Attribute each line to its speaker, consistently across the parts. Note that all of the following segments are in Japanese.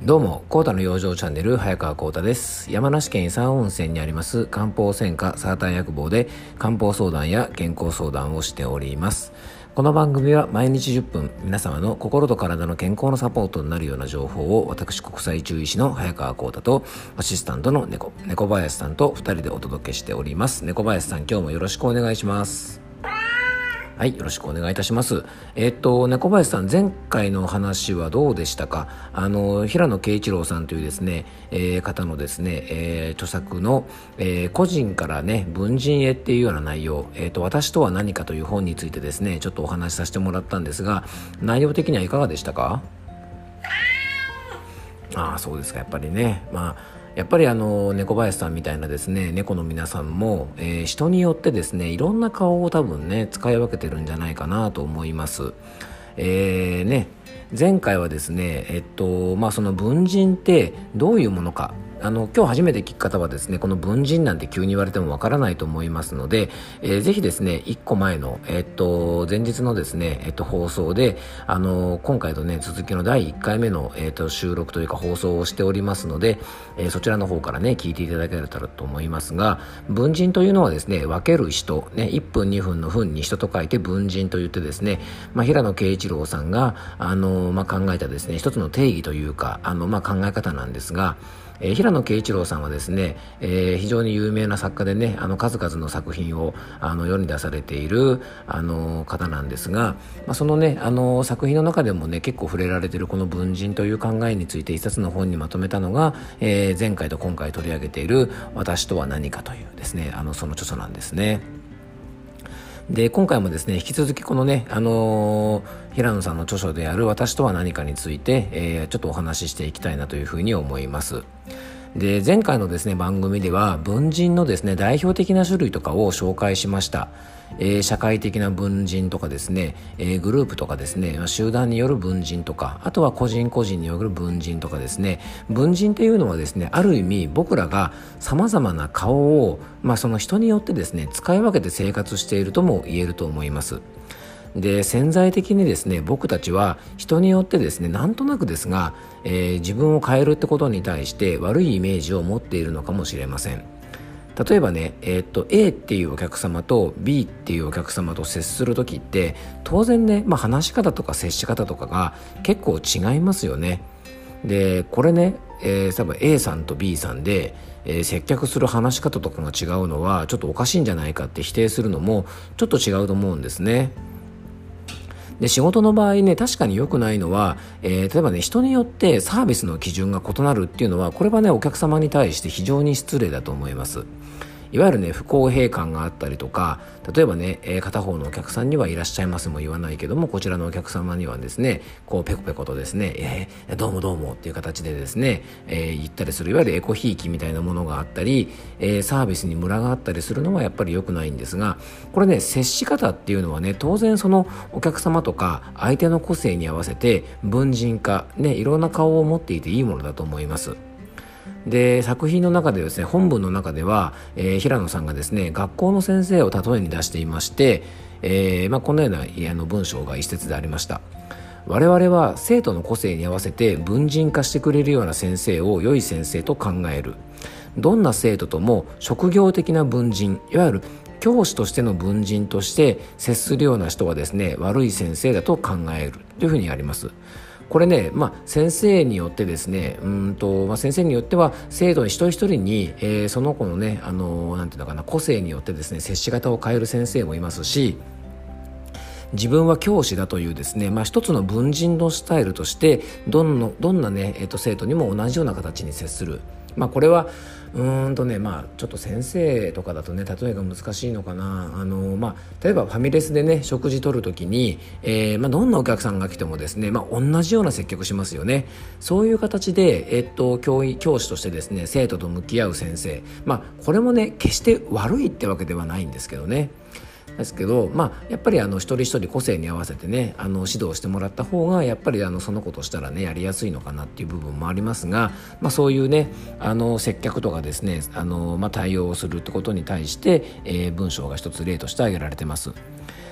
Speaker 1: どうも、コータの養生チャンネル、早川コータです。山梨県伊佐温泉にあります漢方専科サーター薬房で漢方相談や健康相談をしております。この番組は毎日10分、皆様の心と体の健康のサポートになるような情報を私、国際中医師の早川コータとアシスタントの猫林さんと2人でお届けしております。猫林さん、今日もよろしくお願いします。はい、よろしくお願いいたします。猫林さん、前回の話はどうでしたか？平野啓一郎さんというですね、方のですね、著作の、個人からね、文人へっていうような内容、私とは何かという本についてですね、ちょっとお話しさせてもらったんですが、内容的にはいかがでしたか？そうですか。やっぱりね、やっぱり猫林さんみたいなですね、猫の皆さんも、人によってですね、いろんな顔を多分ね、使い分けてるんじゃないかなと思います。前回はですね、その文人ってどういうものか、今日初めて聞く方はですね、この文人なんて急に言われてもわからないと思いますので、ぜひですね、1個前の、前日のですね、放送で、今回とね、続きの第1回目の、収録というか放送をしておりますので、そちらの方からね、聞いていただけたらと思いますが、文人というのはですね、分ける人、ね、1分2分の分に人と書いて文人と言ってですね、平野啓一郎さんが、考えたですね、一つの定義というか、考え方なんですが、平野啓一郎さんはですね、非常に有名な作家でね、数々の作品を世に出されている方なんですが、そのね、作品の中でもね、結構触れられているこの文人という考えについて一冊の本にまとめたのが、前回と今回取り上げている私とは何かというですね、その著書なんですね。で、今回もですね、引き続きこのね、平野さんの著書である私とは何かについて、ちょっとお話ししていきたいなというふうに思います。で、前回のですね、番組では文人のですね、代表的な種類とかを紹介しました。社会的な文人とかですね、グループとかですね、集団による文人とか、あとは個人個人による文人とかですね、文人っていうのはですね、ある意味僕らが様々な顔を、その人によってですね、使い分けて生活しているとも言えると思います。で、潜在的にですね、僕たちは人によってですね、なんとなくですが、自分を変えるってことに対して悪いイメージを持っているのかもしれません。例えばね、A っていうお客様と B っていうお客様と接するときって当然ね、話し方とか接し方とかが結構違いますよね。で、これね、多分 A さんと B さんで、接客する話し方とかが違うのはちょっとおかしいんじゃないかって否定するのもちょっと違うと思うんですね。で、仕事の場合ね、確かに良くないのは、例えばね、人によってサービスの基準が異なるっていうのは、これはね、お客様に対して非常に失礼だと思います。いわゆるね、不公平感があったりとか、例えばね、片方のお客さんにはいらっしゃいませも言わないけども、こちらのお客様にはですね、こうペコペコとですね、どうもどうもっていう形でですね、言ったりする、いわゆるエコひいきみたいなものがあったり、サービスにムラがあったりするのはやっぱり良くないんですが、これね、接し方っていうのはね、当然そのお客様とか相手の個性に合わせて文人化、ね、いろんな顔を持っていていいものだと思います。で、作品の中でですね、本文の中では、平野さんがですね、学校の先生を例えに出していまして、このような文章が一節でありました。我々は生徒の個性に合わせて文人化してくれるような先生を良い先生と考える。どんな生徒とも職業的な文人、いわゆる教師としての文人として接するような人はですね、悪い先生だと考えるというふうにあります。これね、先生によってですね、先生によっては生徒一人一人に、その子のね、なんていうのかな、個性によってですね、接し方を変える先生もいますし、自分は教師だというですね、一つの文人のスタイルとしてどんなね、生徒にも同じような形に接する。これはちょっと先生とかだとね、例えが難しいのかな。例えばファミレスでね、食事取るときに、どんなお客さんが来てもですね、同じような接客しますよね。そういう形で、教師としてですね、生徒と向き合う先生、これもね、決して悪いってわけではないんですけどね。ですけど、やっぱり一人一人個性に合わせてね、指導してもらった方がやっぱりその子としたらね、やりやすいのかなっていう部分もありますが、そういうね、接客とかですね、対応をするってことに対して、文章が一つ例として挙げられてます。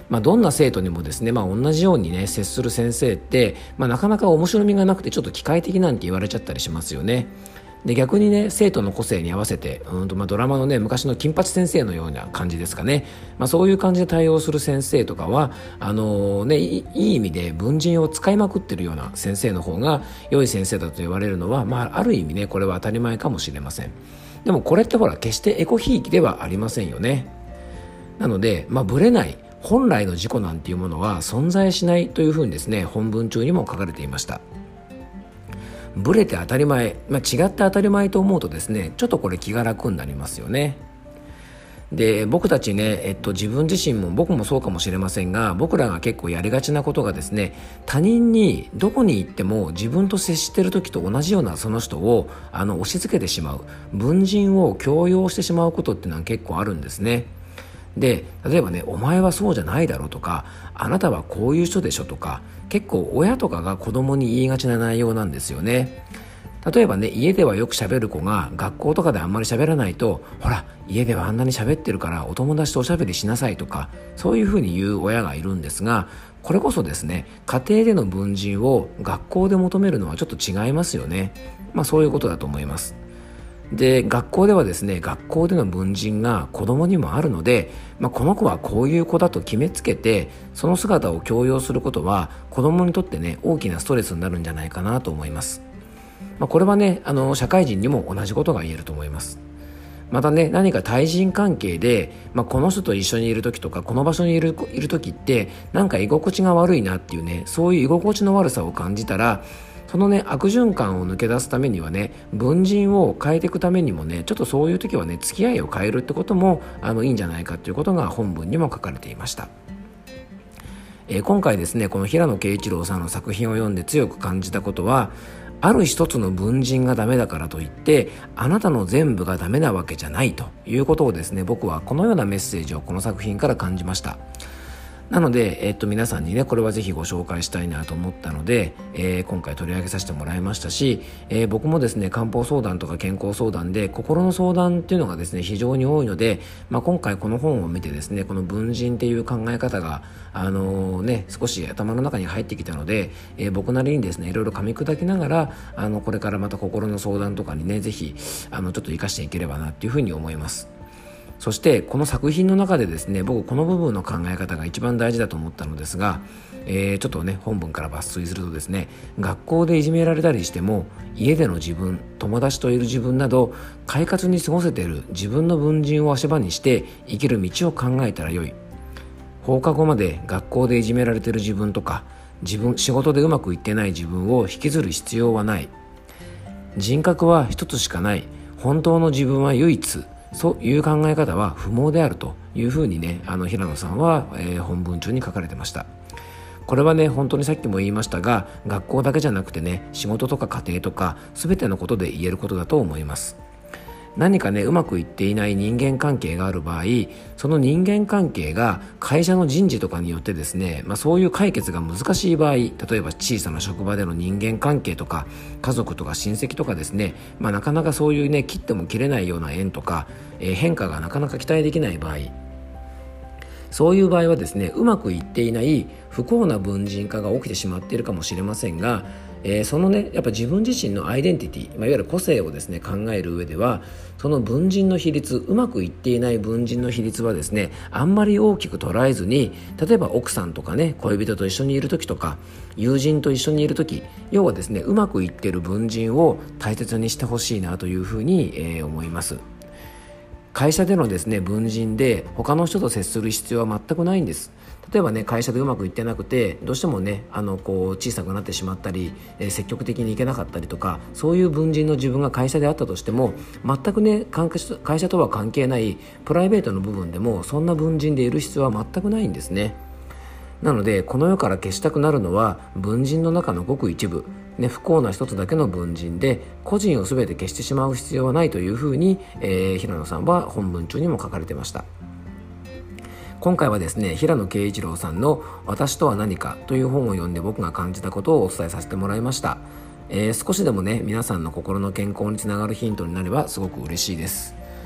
Speaker 1: どんな生徒にもですね、同じようにね接する先生って、なかなか面白みがなくてちょっと機械的なんて言われちゃったりしますよね。で逆にね生徒の個性に合わせてドラマのね昔の金八先生のような感じですかね、そういう感じで対応する先生とかはいい意味で文人を使いまくってるような先生の方が良い先生だと言われるのは、ある意味ねこれは当たり前かもしれません。でもこれってほら決してエコひいきではありませんよね。なのでブレない本来の自己なんていうものは存在しないというふうにですね本文中にも書かれていました。ブレて当たり前、違って当たり前と思うとですねちょっとこれ気が楽になりますよね。で僕たちね、自分自身も僕もそうかもしれませんが、僕らが結構やりがちなことがですね、他人にどこに行っても自分と接している時と同じようなその人を押し付けてしまう、文人を強要してしまうことっていうのは結構あるんですね。で例えばね、お前はそうじゃないだろうとか、あなたはこういう人でしょとか、結構親とかが子供に言いがちな内容なんですよね。例えばね、家ではよく喋る子が学校とかであんまり喋らないと、ほら家ではあんなに喋ってるからお友達とおしゃべりしなさいとか、そういうふうに言う親がいるんですが、これこそですね、家庭での文人を学校で求めるのはちょっと違いますよね。そういうことだと思います。で学校ではですね、学校での文人が子供にもあるので、この子はこういう子だと決めつけてその姿を強要することは子供にとってね大きなストレスになるんじゃないかなと思います。これはね社会人にも同じことが言えると思います。またね、何か対人関係で、この人と一緒にいる時とかこの場所にいる時ってなんか居心地が悪いなっていうね、そういう居心地の悪さを感じたら、そのね悪循環を抜け出すためにはね、文人を変えていくためにもね、ちょっとそういう時はね付き合いを変えるってこともいいんじゃないかということが本文にも書かれていました。今回ですね、この平野啓一郎さんの作品を読んで強く感じたことは、ある一つの文人がダメだからといってあなたの全部がダメなわけじゃないということをですね、僕はこのようなメッセージをこの作品から感じました。なので、皆さんにねこれはぜひご紹介したいなと思ったので、今回取り上げさせてもらいましたし、僕もですね漢方相談とか健康相談で心の相談っていうのがですね非常に多いので、今回この本を見てですね、この文人っていう考え方が少し頭の中に入ってきたので、僕なりにですねいろいろ噛み砕きながらこれからまた心の相談とかにねぜひちょっと活かしていければなっていうふうに思います。そしてこの作品の中でですね、僕この部分の考え方が一番大事だと思ったのですが、ちょっとね本文から抜粋するとですね、学校でいじめられたりしても家での自分、友達といる自分など快活に過ごせている自分の文人を足場にして生きる道を考えたらよい。放課後まで学校でいじめられている自分とか仕事でうまくいってない自分を引きずる必要はない。人格は一つしかない。本当の自分は唯一。そういう考え方は不毛であるというふうにね平野さんは、本文中に書かれてました。これはね本当にさっきも言いましたが、学校だけじゃなくてね、仕事とか家庭とか全てのことで言えることだと思います。何かねうまくいっていない人間関係がある場合、その人間関係が会社の人事とかによってですね、そういう解決が難しい場合、例えば小さな職場での人間関係とか家族とか親戚とかですね、なかなかそういうね切っても切れないような縁とか、変化がなかなか期待できない場合、そういう場合はですね、うまくいっていない不幸な文人化が起きてしまっているかもしれませんが、そのねやっぱ自分自身のアイデンティティ、いわゆる個性をですね考える上では、その文人の比率、うまくいっていない文人の比率はですねあんまり大きく捉えずに、例えば奥さんとかね恋人と一緒にいる時とか友人と一緒にいる時、要はですねうまくいっている文人を大切にしてほしいなというふうに、思います。会社でのですね文人で他の人と接する必要は全くないんです。例えばね会社でうまくいってなくてどうしてもね小さくなってしまったり、積極的にいけなかったりとか、そういう文人の自分が会社であったとしても、全くね会社とは関係ないプライベートの部分でもそんな文人でいる必要は全くないんですね。なのでこの世から消したくなるのは文人の中のごく一部、不幸な一つだけの文人で、個人を全て消してしまう必要はないというふうに、平野さんは本文中にも書かれていました。今回はですね平野啓一郎さんの私とは何かという本を読んで僕が感じたことをお伝えさせてもらいました。少しでもね皆さんの心の健康につながるヒントになればすごく嬉しいです。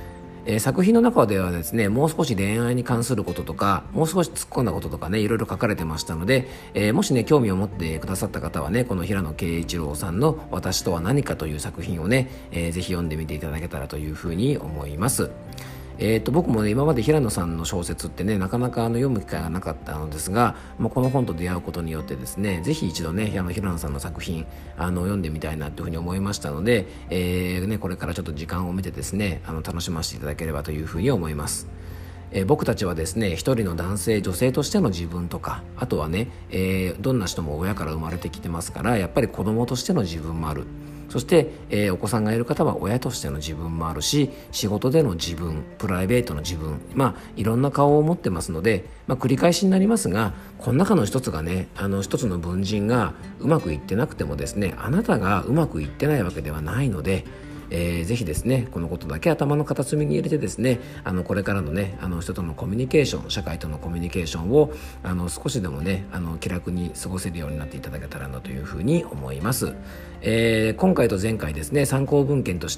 Speaker 1: 作品の中ではですね、もう少し恋愛に関することとか、もう少し突っ込んだこととかね、いろいろ書かれてましたので、もしね興味を持ってくださった方はね、この平野啓一郎さんの私とは何かという作品をね、ぜひ読んでみていただけたらというふうに思います。僕もね、今まで平野さんの小説ってね、なかなか読む機会がなかったのですが、この本と出会うことによってですね、ぜひ一度ね平野さんの作品読んでみたいなというふうに思いましたので、これからちょっと時間を見てですね、楽しませていただければというふうに思います。僕たちはですね、一人の男性女性としての自分とか、あとはね、どんな人も親から生まれてきてますから、やっぱり子供としての自分もある。そして、お子さんがいる方は親としての自分もあるし、仕事での自分、プライベートの自分、いろんな顔を持ってますので、繰り返しになりますが、この中の一つがね、一つの文人がうまくいってなくてもですね、あなたがうまくいってないわけではないので、ぜひですね、このことだけ頭の片隅に入れてですね、これからのね、人とのコミュニケーション、社会とのコミュニケーションを少しでもね、気楽に過ごせるようになっていただけたらなというふうに思います。今回と前回ですね、参考文献として、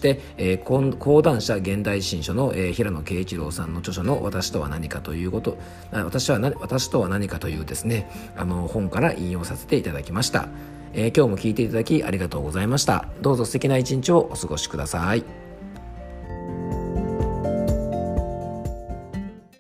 Speaker 1: 講談社現代新書の、平野啓一郎さんの著書の私とは何かということ、私とは何かというですね、本から引用させていただきました。今日も聞いていただきありがとうございました。どうぞ素敵な一日をお過ごしください。